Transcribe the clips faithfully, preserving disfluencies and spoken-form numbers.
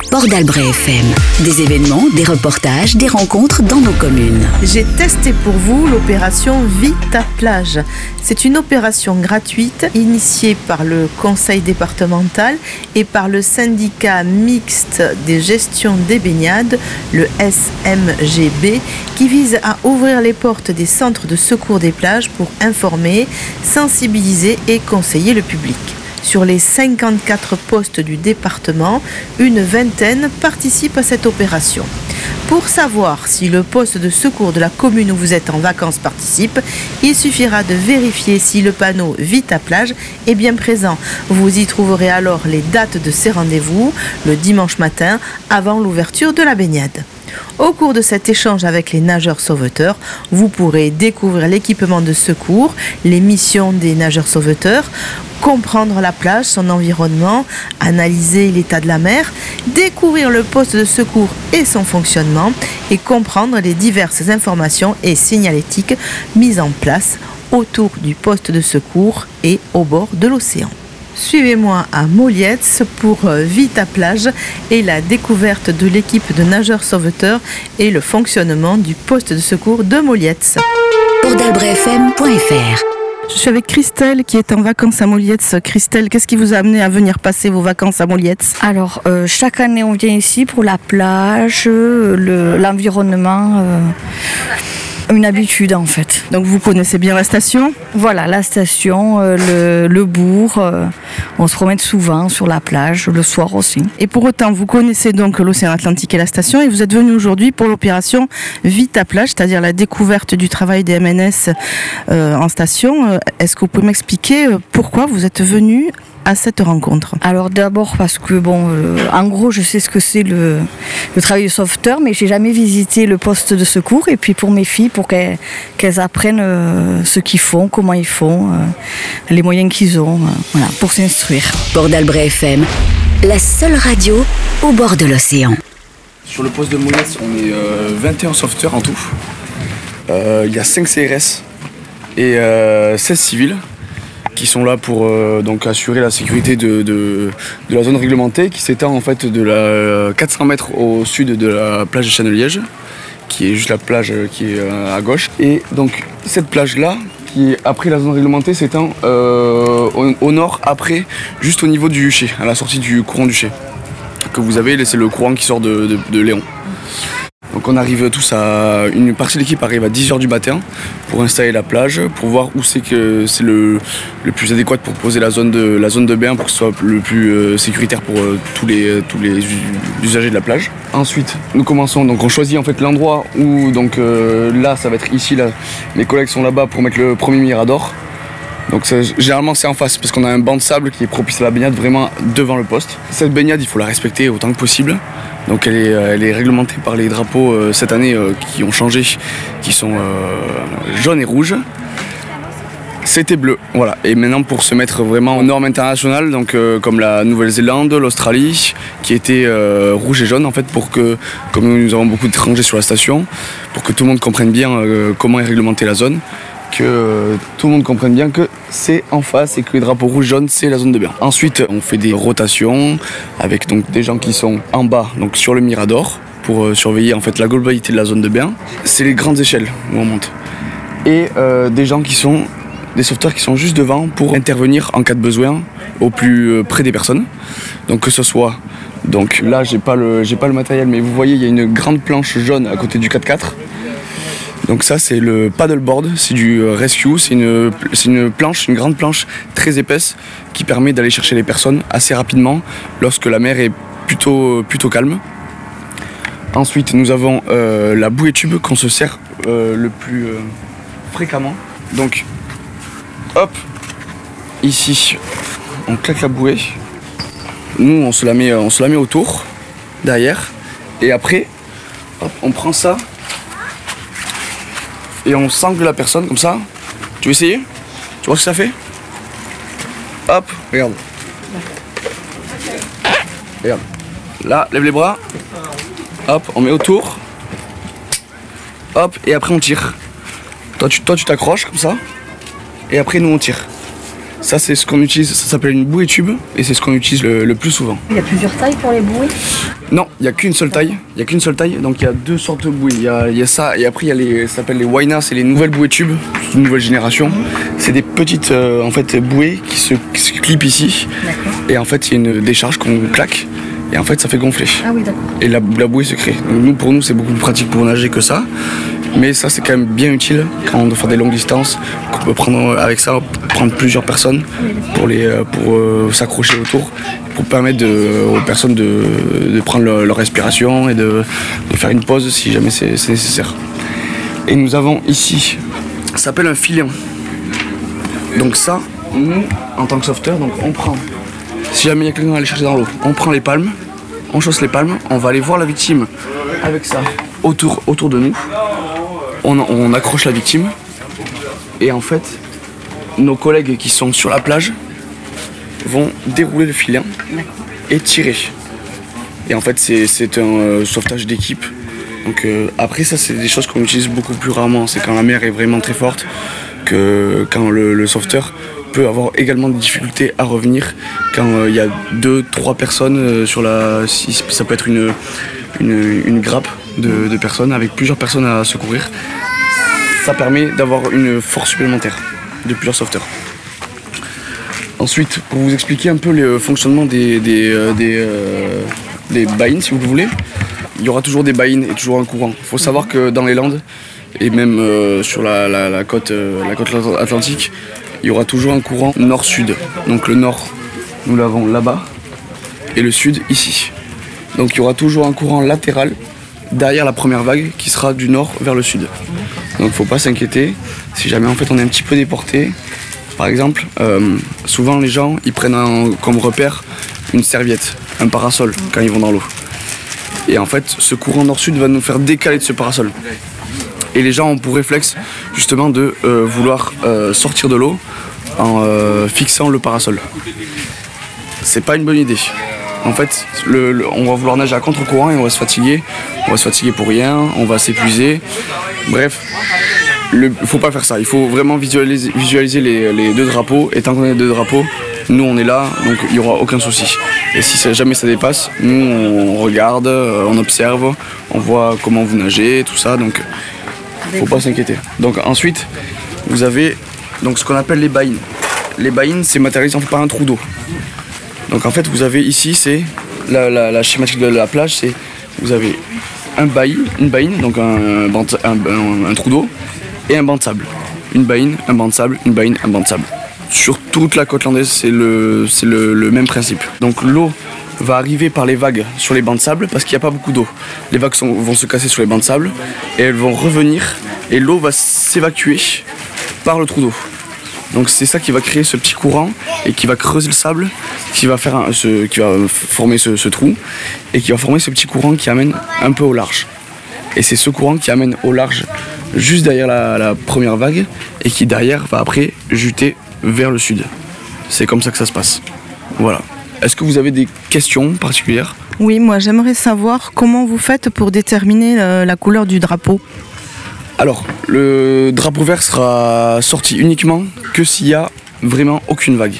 Port d'Albret F M. Des événements, des reportages, des rencontres dans nos communes. J'ai testé pour vous l'opération Vita Plage. C'est une opération gratuite initiée par le conseil départemental et par le syndicat mixte des gestions des baignades, le S M G B, qui vise à ouvrir les portes des centres de secours des plages pour informer, sensibiliser et conseiller le public. Sur les cinquante-quatre postes du département, une vingtaine participent à cette opération. Pour savoir si le poste de secours de la commune où vous êtes en vacances participe, il suffira de vérifier si le panneau Vita Plage est bien présent. Vous y trouverez alors les dates de ces rendez-vous, le dimanche matin, avant l'ouverture de la baignade. Au cours de cet échange avec les nageurs sauveteurs, vous pourrez découvrir l'équipement de secours, les missions des nageurs sauveteurs, comprendre la plage, son environnement, analyser l'état de la mer, découvrir le poste de secours et son fonctionnement et comprendre les diverses informations et signalétiques mises en place autour du poste de secours et au bord de l'océan. Suivez-moi à Molietz pour Vita Plage et la découverte de l'équipe de nageurs sauveteurs et le fonctionnement du poste de secours de Molietz. port d'albret f m point f r. Je suis avec Christelle qui est en vacances à Molietz. Christelle, qu'est-ce qui vous a amené à venir passer vos vacances à Molietz ? Alors, euh, chaque année, on vient ici pour la plage, le, l'environnement, euh, une habitude en fait. Donc vous connaissez bien la station ? Voilà, la station, euh, le, le bourg, euh, on se promène souvent sur la plage, le soir aussi. Et pour autant, vous connaissez donc l'océan Atlantique et la station et vous êtes venu aujourd'hui pour l'opération Vita Plage, c'est-à-dire la découverte du travail des M N S euh, en station. Est-ce que vous pouvez m'expliquer pourquoi vous êtes venu à cette rencontre ? Alors d'abord parce que bon, euh, en gros je sais ce que c'est le, le travail de sauveteur, mais j'ai jamais visité le poste de secours. Et puis pour mes filles, pour qu'elles, qu'elles apprennent euh, ce qu'ils font, comment ils font, euh, les moyens qu'ils ont, euh, voilà, pour s'instruire. Port d'Albret F M, la seule radio au bord de l'océan. Sur le poste de Molietz, on est euh, vingt et un sauveteurs en tout. Euh, il y a cinq C R S et euh, seize civils qui sont là pour euh, donc assurer la sécurité de, de, de la zone réglementée qui s'étend en fait de la quatre cents mètres au sud de la plage de Châne-Liège, qui est juste la plage qui est euh, à gauche. Et donc cette plage-là, qui est après la zone réglementée, s'étend euh, au, au nord, après, juste au niveau du Huchet, à la sortie du courant du Huchet. Que vous avez, c'est le courant qui sort de, de, de Léon. Donc on arrive tous à... Une partie de l'équipe arrive à dix heures du matin pour installer la plage, pour voir où c'est que c'est le, le plus adéquat pour poser la zone de, la zone de bain pour que ce soit le plus euh, sécuritaire pour euh, tous, les, tous les usagers de la plage. Ensuite, nous commençons, donc on choisit en fait l'endroit où, donc euh, là ça va être ici, là, mes collègues sont là-bas pour mettre le premier mirador. Donc c'est, généralement c'est en face parce qu'on a un banc de sable qui est propice à la baignade vraiment devant le poste. Cette baignade il faut la respecter autant que possible. Donc elle est, elle est réglementée par les drapeaux euh, cette année euh, qui ont changé, qui sont euh, jaunes et rouges. C'était bleu, voilà. Et maintenant pour se mettre vraiment aux normes internationales, donc euh, comme la Nouvelle-Zélande, l'Australie, qui étaient euh, rouge et jaune en fait, pour que, comme nous avons beaucoup d'étrangers sur la station, pour que tout le monde comprenne bien euh, comment est réglementée la zone, que euh, tout le monde comprenne bien que c'est en face et que les drapeaux rouge-jaune c'est la zone de bain. Ensuite on fait des rotations avec donc des gens qui sont en bas, donc sur le mirador, pour euh, surveiller en fait la globalité de la zone de bain. C'est les grandes échelles où on monte. Et euh, des gens qui sont des sauveteurs qui sont juste devant pour intervenir en cas de besoin au plus euh, près des personnes. Donc que ce soit, donc là j'ai pas le j'ai pas le matériel, mais vous voyez il y a une grande planche jaune à côté du quatre-quatre. Donc ça c'est le paddleboard, c'est du rescue, c'est une, c'est une planche, une grande planche très épaisse qui permet d'aller chercher les personnes assez rapidement lorsque la mer est plutôt, plutôt calme. Ensuite nous avons euh, la bouée tube qu'on se sert euh, le plus euh, fréquemment. Donc hop, ici on claque la bouée, nous on se la met, on se la met autour, derrière, et après hop, on prend ça et on sangle la personne comme ça. Tu veux essayer ? Tu vois ce que ça fait ? Hop, regarde. Regarde. Là, lève les bras. Hop, on met autour. Hop, et après on tire. Toi tu, toi, tu t'accroches comme ça. Et après nous on tire. Ça c'est ce qu'on utilise, ça s'appelle une bouée tube et c'est ce qu'on utilise le, le plus souvent. Il y a plusieurs tailles pour les bouées ? Non, il n'y a qu'une seule taille. Il y a qu'une seule taille. Donc il y a deux sortes de bouées. Il y a, il y a ça et après il y a les, ça s'appelle les Waina, c'est les nouvelles bouées tubes, c'est une nouvelle génération. C'est des petites euh, en fait bouées qui se, qui se clipent ici. D'accord. Et en fait il y a une décharge qu'on claque et en fait ça fait gonfler. Ah oui, d'accord. Et la, la bouée se crée. Donc nous, pour nous c'est beaucoup plus pratique pour nager que ça. Mais ça c'est quand même bien utile quand on doit faire des longues distances, qu'on peut prendre avec ça, prendre plusieurs personnes pour, les, pour euh, s'accrocher autour, pour permettre de, aux personnes de, de prendre leur, leur respiration et de, de faire une pause si jamais c'est, c'est nécessaire. Et nous avons ici, ça s'appelle un filéon. Donc ça, nous, en tant que sauveteur, donc on prend, si jamais il y a quelqu'un à aller chercher dans l'eau, on prend les palmes, on chausse les palmes, on va aller voir la victime avec ça autour, autour de nous. On, on accroche la victime et en fait nos collègues qui sont sur la plage vont dérouler le filet et tirer. Et en fait c'est, c'est un euh, sauvetage d'équipe. Donc euh, après ça c'est des choses qu'on utilise beaucoup plus rarement. C'est quand la mer est vraiment très forte, que quand le, le sauveteur peut avoir également des difficultés à revenir. Quand il euh, y a deux, trois personnes euh, sur la... Si, ça peut être une, une, une grappe de, de personnes avec plusieurs personnes à secourir. Ça permet d'avoir une force supplémentaire de plusieurs sauveteurs. Ensuite, pour vous expliquer un peu le fonctionnement des, des, euh, des, euh, des baïnes, si vous voulez, il y aura toujours des baïnes et toujours un courant. Il faut savoir que dans les Landes, et même euh, sur la, la, la, côte, euh, la côte atlantique, il y aura toujours un courant nord-sud. Donc le nord, nous l'avons là-bas, et le sud, ici. Donc il y aura toujours un courant latéral derrière la première vague qui sera du nord vers le sud. Donc il ne faut pas s'inquiéter. Si jamais en fait on est un petit peu déporté, par exemple, euh, souvent les gens ils prennent un, comme repère une serviette, un parasol quand ils vont dans l'eau. Et en fait ce courant nord-sud va nous faire décaler de ce parasol. Et les gens ont pour réflexe justement de euh, vouloir euh, sortir de l'eau en euh, fixant le parasol. C'est pas une bonne idée. En fait, le, le, on va vouloir nager à contre-courant et on va se fatiguer. On va se fatiguer pour rien, on va s'épuiser. Bref, il ne faut pas faire ça. Il faut vraiment visualiser, visualiser les, les deux drapeaux. Et tant qu'on a les deux drapeaux, nous on est là, donc il n'y aura aucun souci. Et si ça, jamais ça dépasse, nous on regarde, on observe, on voit comment vous nagez, tout ça. Donc il ne faut pas s'inquiéter. Donc ensuite, vous avez donc, ce qu'on appelle les baïnes. Les baïnes, c'est matérialisé par un trou d'eau. Donc en fait vous avez ici, c'est la, la, la schématique de la plage, c'est vous avez un bailli, une baïne, donc un, un, un, un trou d'eau et un banc de sable. Une baïne, un banc de sable, une baïne, un banc de sable. Sur toute la côte landaise, c'est le, c'est le, le même principe. Donc l'eau va arriver par les vagues sur les bancs de sable parce qu'il n'y a pas beaucoup d'eau. Les vagues sont, vont se casser sur les bancs de sable et elles vont revenir et l'eau va s'évacuer par le trou d'eau. Donc c'est ça qui va créer ce petit courant et qui va creuser le sable, qui va, faire un, ce, qui va former ce, ce trou et qui va former ce petit courant qui amène un peu au large. Et c'est ce courant qui amène au large juste derrière la, la première vague et qui derrière va après juter vers le sud. C'est comme ça que ça se passe. Voilà. Est-ce que vous avez des questions particulières ? Oui, moi j'aimerais savoir comment vous faites pour déterminer la, la couleur du drapeau. Alors, le drapeau vert sera sorti uniquement que s'il y a vraiment aucune vague.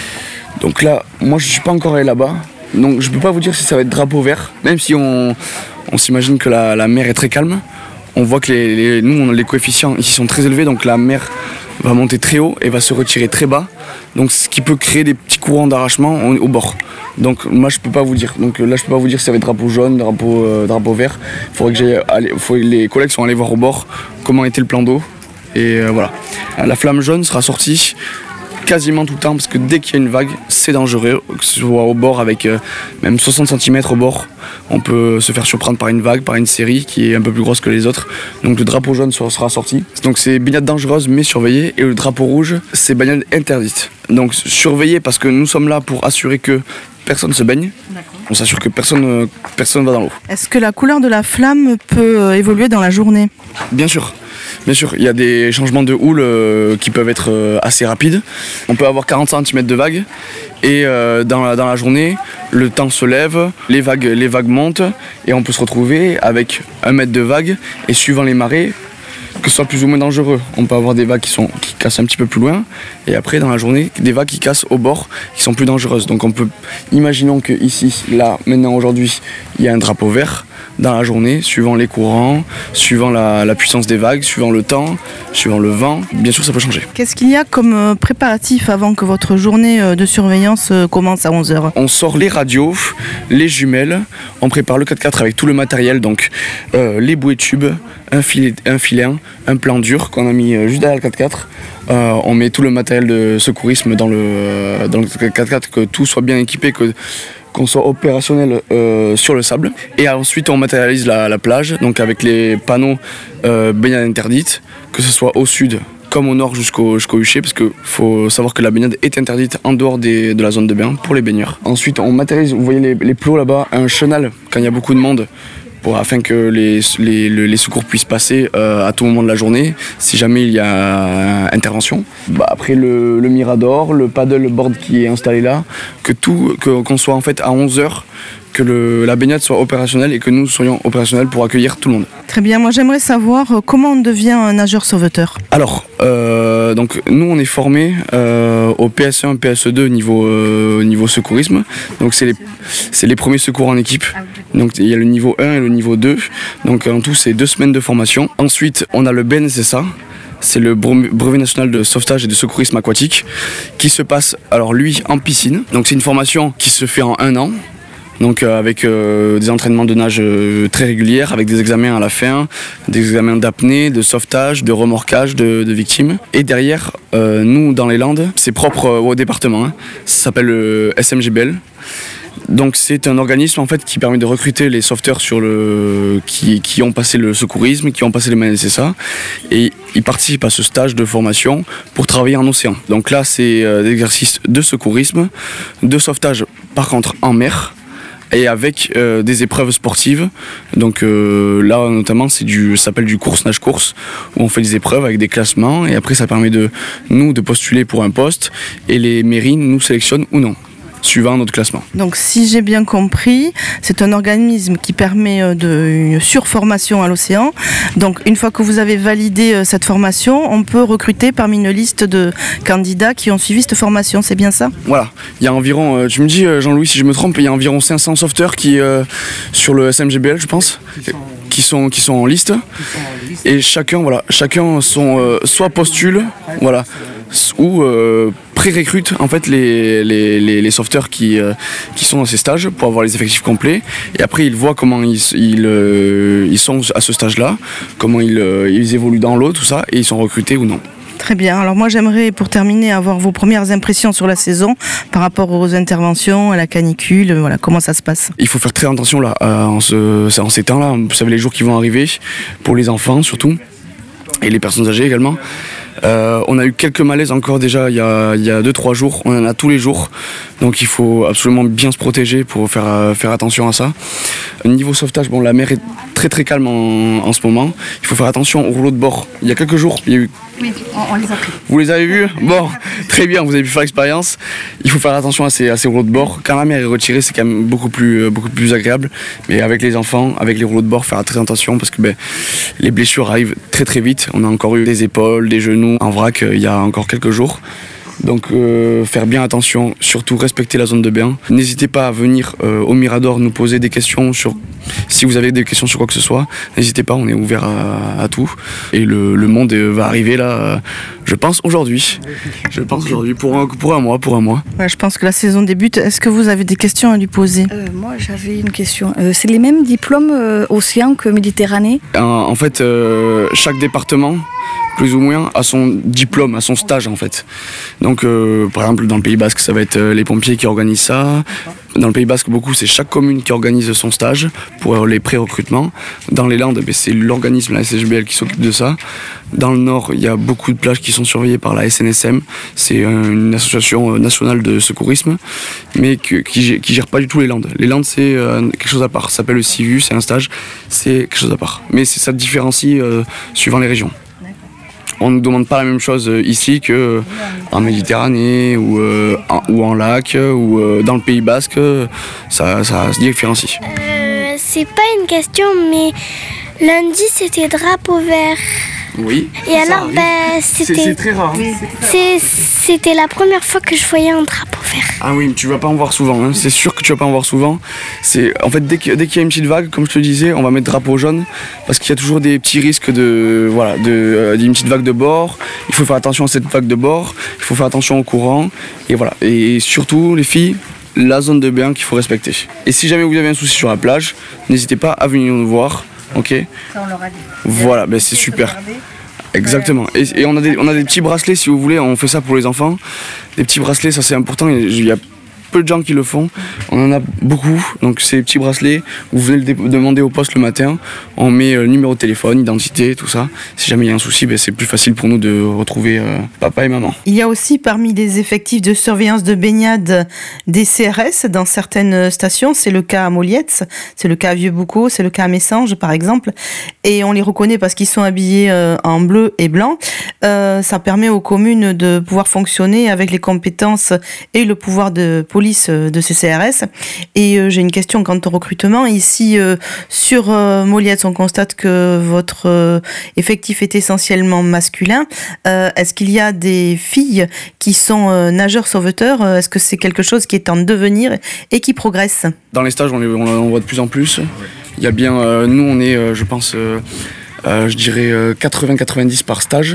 Donc là, moi je ne suis pas encore allé là-bas, donc je ne peux pas vous dire si ça va être drapeau vert, même si on, on s'imagine que la, la mer est très calme. On voit que les, les, nous, on a les coefficients ici sont très élevés, donc la mer va monter très haut et va se retirer très bas, donc ce qui peut créer des petits courants d'arrachement au, au bord. Donc moi je peux pas vous dire. Donc là je peux pas vous dire si ça va être drapeau jaune, drapeau, euh, drapeau vert. Il faudrait que j'aille aller, faut, les collègues sont allés voir au bord comment était le plan d'eau. Et euh, voilà. La flamme jaune sera sortie quasiment tout le temps parce que dès qu'il y a une vague, c'est dangereux. Que ce soit au bord avec euh, même soixante centimètres au bord, on peut se faire surprendre par une vague, par une série qui est un peu plus grosse que les autres. Donc le drapeau jaune sera sorti. Donc c'est baignade dangereuse mais surveillée. Et le drapeau rouge, c'est baignade interdite. Donc surveillée parce que nous sommes là pour assurer que personne ne se baigne. D'accord. On s'assure que personne ne personne va dans l'eau. Est-ce que la couleur de la flamme peut évoluer dans la journée ? Bien sûr. Bien sûr, il y a des changements de houle euh, qui peuvent être euh, assez rapides. On peut avoir quarante centimètres de vagues et euh, dans, la, dans la journée, le temps se lève, les vagues, les vagues montent et on peut se retrouver avec un mètre de vague et suivant les marées, que ce soit plus ou moins dangereux. On peut avoir des vagues qui, sont, qui cassent un petit peu plus loin, et après dans la journée, des vagues qui cassent au bord, qui sont plus dangereuses. Donc on peut, imaginons que ici, là, maintenant, aujourd'hui, il y a un drapeau vert. Dans la journée, suivant les courants, suivant la, la puissance des vagues, suivant le temps, suivant le vent, bien sûr ça peut changer. Qu'est-ce qu'il y a comme préparatif avant que votre journée de surveillance commence à onze heures? On sort les radios, les jumelles, on prépare le quatre-quatre avec tout le matériel, donc euh, les bouées de tubes, un filet, un filet, un plan dur qu'on a mis juste derrière le quatre-quatre. Euh, on met tout le matériel de secourisme dans le, dans le quatre-quatre, que tout soit bien équipé, que qu'on soit opérationnel euh, sur le sable. Et ensuite on matérialise la, la plage, donc avec les panneaux euh, baignade interdite, que ce soit au sud comme au nord jusqu'au jusqu'au Huchet, parce qu'il faut savoir que la baignade est interdite en dehors des, de la zone de bain pour les baigneurs. Ensuite on matérialise, vous voyez les, les plots là-bas, un chenal quand il y a beaucoup de monde, pour, afin que les, les, les secours puissent passer euh, à tout moment de la journée, si jamais il y a euh, intervention. Bah, après le, le mirador, le paddleboard qui est installé là, que tout, que, qu'on soit en fait à onze heures, que le, la baignade soit opérationnelle et que nous soyons opérationnels pour accueillir tout le monde. Très bien, moi j'aimerais savoir comment on devient un nageur sauveteur. Alors, euh, donc nous on est formés euh, au P S un, P S deux niveau, euh, niveau secourisme, donc c'est les, c'est les premiers secours en équipe. Donc il y a le niveau un et le niveau deux, donc en tout c'est deux semaines de formation. Ensuite on a le B N S S A. C'est le brevet national de sauvetage et de secourisme aquatique qui se passe, alors lui, en piscine. Donc c'est une formation qui se fait en un an. Donc euh, avec euh, des entraînements de nage euh, très réguliers, avec des examens à la fin, des examens d'apnée, de sauvetage, de remorquage de, de victimes. Et derrière, euh, nous dans les Landes, c'est propre euh, au département, hein. Ça s'appelle le S M G B L. Donc c'est un organisme en fait qui permet de recruter les sauveteurs sur le, qui, qui ont passé le secourisme, qui ont passé les B N S S A, et ils participent à ce stage de formation pour travailler en océan. Donc là c'est euh, des exercices de secourisme, de sauvetage par contre en mer, et avec euh, des épreuves sportives. Donc euh, là notamment c'est du, ça s'appelle du course-nage-course, où on fait des épreuves avec des classements, et après ça permet de nous de postuler pour un poste, et les mairies nous sélectionnent ou non, suivant notre classement. Donc si j'ai bien compris, c'est un organisme qui permet de, une surformation à l'océan. Donc une fois que vous avez validé cette formation, on peut recruter parmi une liste de candidats qui ont suivi cette formation, c'est bien ça? Voilà, il y a environ, tu me dis Jean-Louis si je me trompe, il y a environ cinq cents sauveteurs qui, euh, sur le S M G B L je pense, qui sont, qui sont en liste. Et chacun, voilà, chacun sont, euh, soit postule, voilà, ou euh, pré-recrute en fait les, les, les, les sauveteurs qui, euh, qui sont dans ces stages pour avoir les effectifs complets, et après ils voient comment ils, ils, euh, ils sont à ce stage-là, comment ils, euh, ils évoluent dans l'eau, tout ça, et ils sont recrutés ou non. Très bien, alors moi j'aimerais pour terminer avoir vos premières impressions sur la saison par rapport aux interventions, à la canicule, voilà, comment ça se passe? Il faut faire très attention là, euh, en, ce, en ces temps-là, vous savez les jours qui vont arriver, pour les enfants surtout, et les personnes âgées également. Euh, on a eu quelques malaises encore déjà il y a, il y a deux trois jours, on en a tous les jours, donc il faut absolument bien se protéger pour faire, euh, faire attention à ça. Niveau sauvetage, bon, la mer est très très calme en, en ce moment, il faut faire attention aux rouleaux de bord. Il y a quelques jours, il y a eu... Oui, on, on les a pris. Vous les avez vus? Bon, très bien, vous avez pu faire l'expérience. Il faut faire attention à ces, à ces rouleaux de bord. Quand la mer est retirée, c'est quand même beaucoup plus, beaucoup plus agréable. Mais avec les enfants, avec les rouleaux de bord, faire très attention parce que ben, les blessures arrivent très très vite. On a encore eu des épaules, des genoux en vrac euh, il y a encore quelques jours. Donc euh, faire bien attention, surtout respecter la zone de bain. N'hésitez pas à venir euh, au Mirador nous poser des questions sur, si vous avez des questions sur quoi que ce soit, n'hésitez pas, on est ouvert à, à tout. Et le, le monde va arriver là, euh, je pense aujourd'hui. Je pense aujourd'hui pour un, pour un mois, pour un mois. Ouais, je pense que la saison débute. Est-ce que vous avez des questions à lui poser? euh, Moi j'avais une question. Euh, c'est les mêmes diplômes euh, Océan que Méditerranée? En, en fait, euh, chaque département, plus ou moins, à son diplôme, à son stage en fait. Donc euh, par exemple dans le Pays Basque ça va être euh, les pompiers qui organisent ça. Dans le Pays Basque beaucoup c'est chaque commune qui organise son stage pour euh, les pré-recrutements. Dans les Landes ben, c'est l'organisme, la S M G B L qui s'occupe de ça. Dans le Nord il y a beaucoup de plages qui sont surveillées par la S N S M. C'est euh, une association euh, nationale de secourisme mais que, qui, qui gère pas du tout les Landes. Les Landes c'est euh, quelque chose à part, ça s'appelle le C I V U, c'est un stage, c'est quelque chose à part. Mais c'est, ça différencie euh, suivant les régions. On ne nous demande pas la même chose ici qu'en Méditerranée ou, euh, en, ou en lac ou euh, dans le Pays Basque, ça, ça se différencie. Euh, c'est pas une question, mais lundi c'était drapeau vert. Oui. Et alors, ben, c'était... C'est, c'est très rare. Hein. C'est, c'était la première fois que je voyais un drapeau vert. Ah oui, mais tu vas pas en voir souvent. Hein. C'est sûr que tu vas pas en voir souvent. C'est, en fait, dès qu'il, dès qu'il y a une petite vague, comme je te disais, on va mettre drapeau jaune parce qu'il y a toujours des petits risques de, voilà, de, euh, d'une petite vague de bord. Il faut faire attention à cette vague de bord. Il faut faire attention au courant. Et voilà. Et surtout, les filles, la zone de bain qu'il faut respecter. Et si jamais vous avez un souci sur la plage, n'hésitez pas à venir nous voir. Ok. Ça, on leur a dit. Voilà, ben c'est super. Exactement. Et, et on, a des, on a des petits bracelets, si vous voulez, on fait ça pour les enfants. Des petits bracelets, ça c'est important. Il y a peu de gens qui le font. On en a beaucoup. Donc ces petits bracelets, vous venez le dé- demander au poste le matin. On met le numéro de téléphone, identité, tout ça. Si jamais il y a un souci, ben, c'est plus facile pour nous de retrouver euh, papa et maman. Il y a aussi parmi les effectifs de surveillance de baignade des C R S dans certaines stations. C'est le cas à Molietz, c'est le cas à Vieux-Boucau, c'est le cas à Messanges par exemple. Et on les reconnaît parce qu'ils sont habillés euh, en bleu et blanc. Euh, ça permet aux communes de pouvoir fonctionner avec les compétences et le pouvoir de police de ces C R S. Et euh, j'ai une question quant au recrutement. Ici, euh, sur euh, Molietz, on constate que votre euh, effectif est essentiellement masculin. Euh, est-ce qu'il y a des filles qui sont euh, nageurs sauveteurs ? Est-ce que c'est quelque chose qui est en devenir et qui progresse ? Dans les stages, on, les, on en voit de plus en plus. Il y a bien, euh, nous, on est, euh, je pense, euh, euh, je dirais euh, quatre-vingts à quatre-vingt-dix par stage.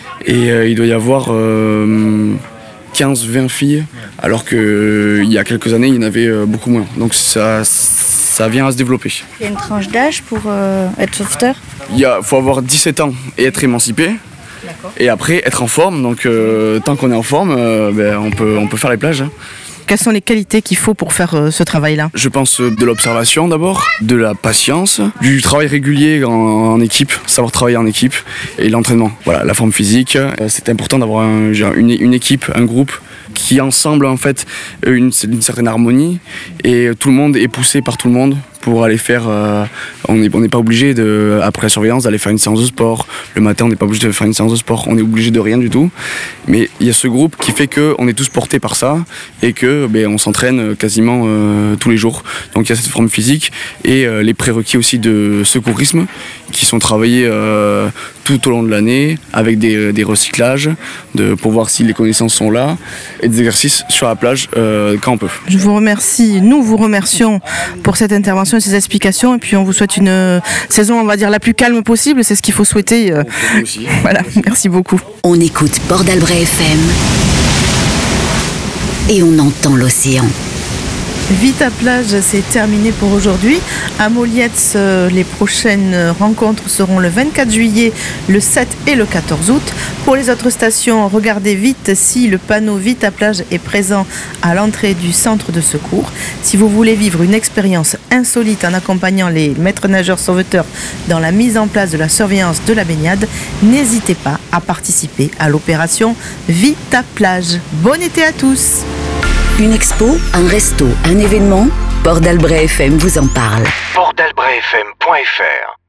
Et euh, il doit y avoir euh, quinze à vingt filles, alors qu'il euh, y a quelques années, il y en avait euh, beaucoup moins. Donc ça, ça vient à se développer. Il y a une tranche d'âge pour euh, être sauveteur ? Il faut avoir dix-sept ans et être émancipé. D'accord. Et après, être en forme. Donc euh, tant qu'on est en forme, euh, ben, on, peut, on peut faire les plages. Hein. Quelles sont les qualités qu'il faut pour faire euh, ce travail-là ? Je pense de l'observation d'abord, de la patience, du travail régulier en, en équipe, savoir travailler en équipe et l'entraînement. Voilà, la forme physique. Euh, c'est important d'avoir un, une, une équipe, un groupe qui ensemble en fait une, une certaine harmonie et tout le monde est poussé par tout le monde pour aller faire. Euh, on n'est on n'est pas obligé de, après la surveillance d'aller faire une séance de sport. Le matin, on n'est pas obligé de faire une séance de sport. On est obligé de rien du tout. Mais il y a ce groupe qui fait qu'on est tous portés par ça et que ben, on s'entraîne quasiment euh, tous les jours. Donc il y a cette forme physique et euh, les prérequis aussi de secourisme qui sont travaillés euh, tout au long de l'année avec des, des recyclages de, pour voir si les connaissances sont là et des exercices sur la plage euh, quand on peut. Je vous remercie, nous vous remercions pour cette intervention et ces explications et puis on vous souhaite une saison, on va dire, la plus calme possible, c'est ce qu'il faut souhaiter. Euh, aussi. Voilà, merci beaucoup. On écoute Port d'Albret F M et on entend l'océan. Vita Plage, c'est terminé pour aujourd'hui. À Molietz, euh, les prochaines rencontres seront le vingt-quatre juillet, le sept et le quatorze août. Pour les autres stations, regardez vite si le panneau Vita Plage est présent à l'entrée du centre de secours. Si vous voulez vivre une expérience insolite en accompagnant les maîtres nageurs sauveteurs dans la mise en place de la surveillance de la baignade, n'hésitez pas à participer à l'opération Vita Plage. Bon été à tous! Une expo, un resto, un événement, Port d'Albret F M vous en parle. port d'albret f m point f r